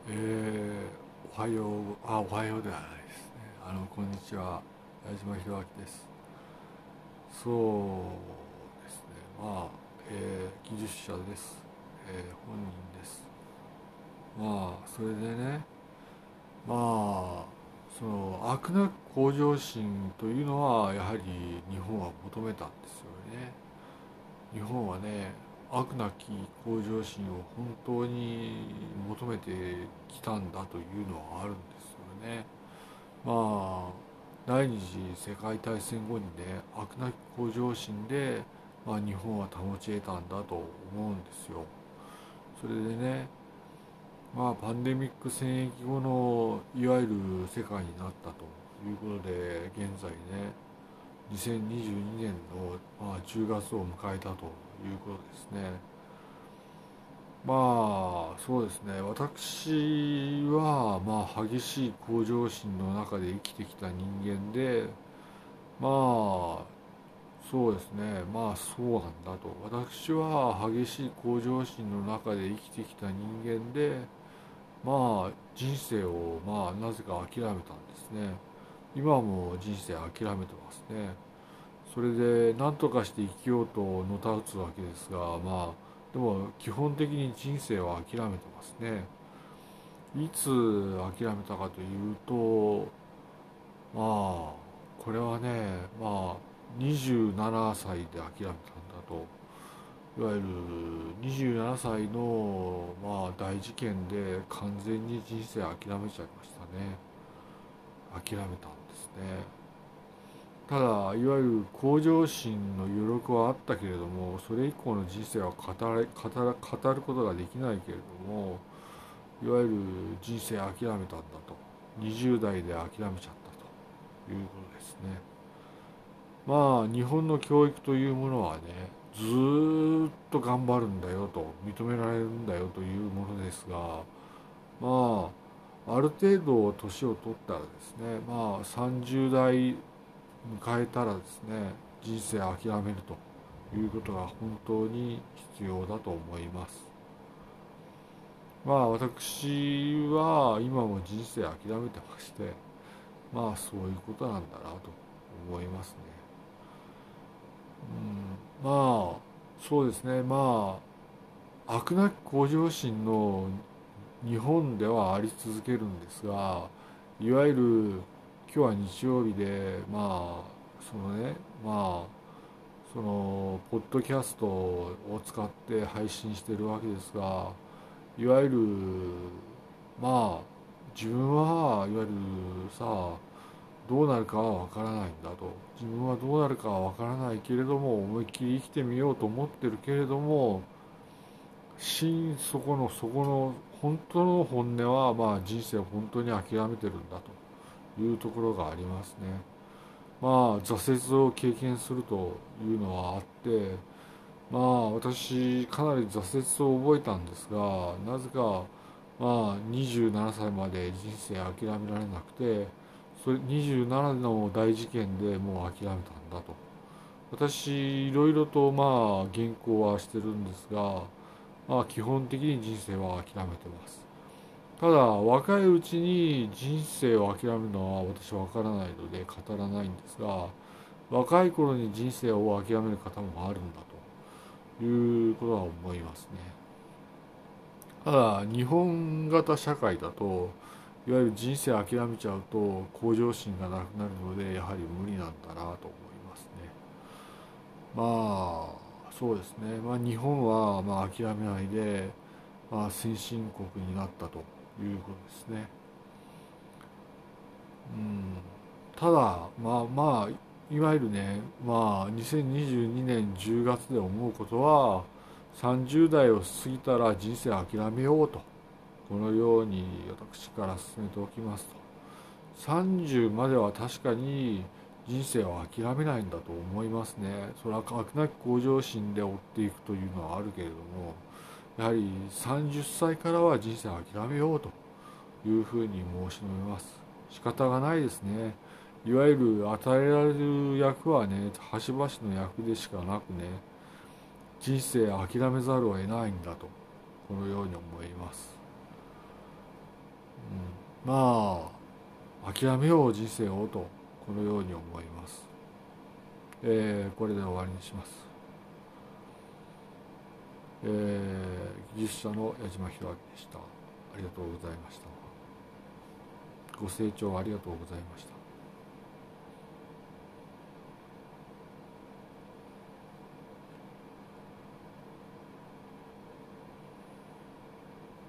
おはよう、おはようではないですね。こんにちは。矢島弘明です。そうですね。技術者です。本人です。それでね、まあ、その、飽くなき向上心というのは、やはり日本は求めたんですよね。日本はね、飽くなき向上心を本当に求めてきたんだというのはあるんですよね。第二次世界大戦後にね、飽くなき向上心で、日本は保ち得たんだと思うんですよ。それでね、パンデミック戦役後のいわゆる世界になったということで、現在ね、2022年の、10月を迎えたということですね。そうですね。私は、激しい向上心の中で生きてきた人間で、まあ、そうですね。そうなんだと。私は激しい向上心の中で生きてきた人間で、人生を、なぜか諦めたんですね。今も人生諦めてますね。それで、何とかして生きようとのたうつわけですが、でも、基本的に人生は諦めてますね。いつ諦めたかというと、これはね、27歳で諦めたんだと。いわゆる27歳の、大事件で完全に人生諦めちゃいましたね。諦めたんですね。ただ、いわゆる向上心の余力はあったけれども、それ以降の人生は語ることができないけれども、いわゆる人生諦めたんだと。20代で諦めちゃったということですね。日本の教育というものはね、ずーっと頑張るんだよと、認められるんだよというものですが、ある程度年を取ったらですね、30代迎えたらですね、人生諦めるということが本当に必要だと思います。私は今も人生諦めてまして、そういうことなんだなと思いますね。そうですね。飽くなき向上心の日本ではあり続けるんですが、いわゆる今日は日曜日で、そのね、そのポッドキャストを使って配信してるわけですが、いわゆるまあ自分はいわゆるさ、どうなるかはわからないんだと。自分はどうなるかはわからないけれども、思いっきり生きてみようと思ってるけれども、そこの本当の本音は、人生を本当に諦めてるんだというところがありますね。挫折を経験するというのはあって、私かなり挫折を覚えたんですが、なぜか27歳まで人生諦められなくて、それ27の大事件でもう諦めたんだと。私いろいろと原稿はしてるんですが、基本的に人生は諦めてます。ただ若いうちに人生を諦めるのは私は分からないので語らないんですが、若い頃に人生を諦める方もあるんだということは思いますね。ただ日本型社会だと、いわゆる人生諦めちゃうと向上心がなくなるので、やはり無理なんだなと思いますね。そうですね。日本は諦めないで、先進国になったということですね。うん、ただいわゆるね、2022年10月で思うことは、30代を過ぎたら人生諦めようと、このように私から進めておきますと。30までは確かに人生は諦めないんだと思いますね。それは飽くなき向上心で追っていくというのはあるけれども、やはり30歳からは人生を諦めようというふうに申し述べます。仕方がないですね。いわゆる与えられる役はね、端々の役でしかなくね、人生諦めざるを得ないんだと、このように思います。 まあ諦めよう人生をとこのように思います。これで終わりにします。技術者の矢島弘明でした。ありがとうございました。ご清聴ありがとうございました。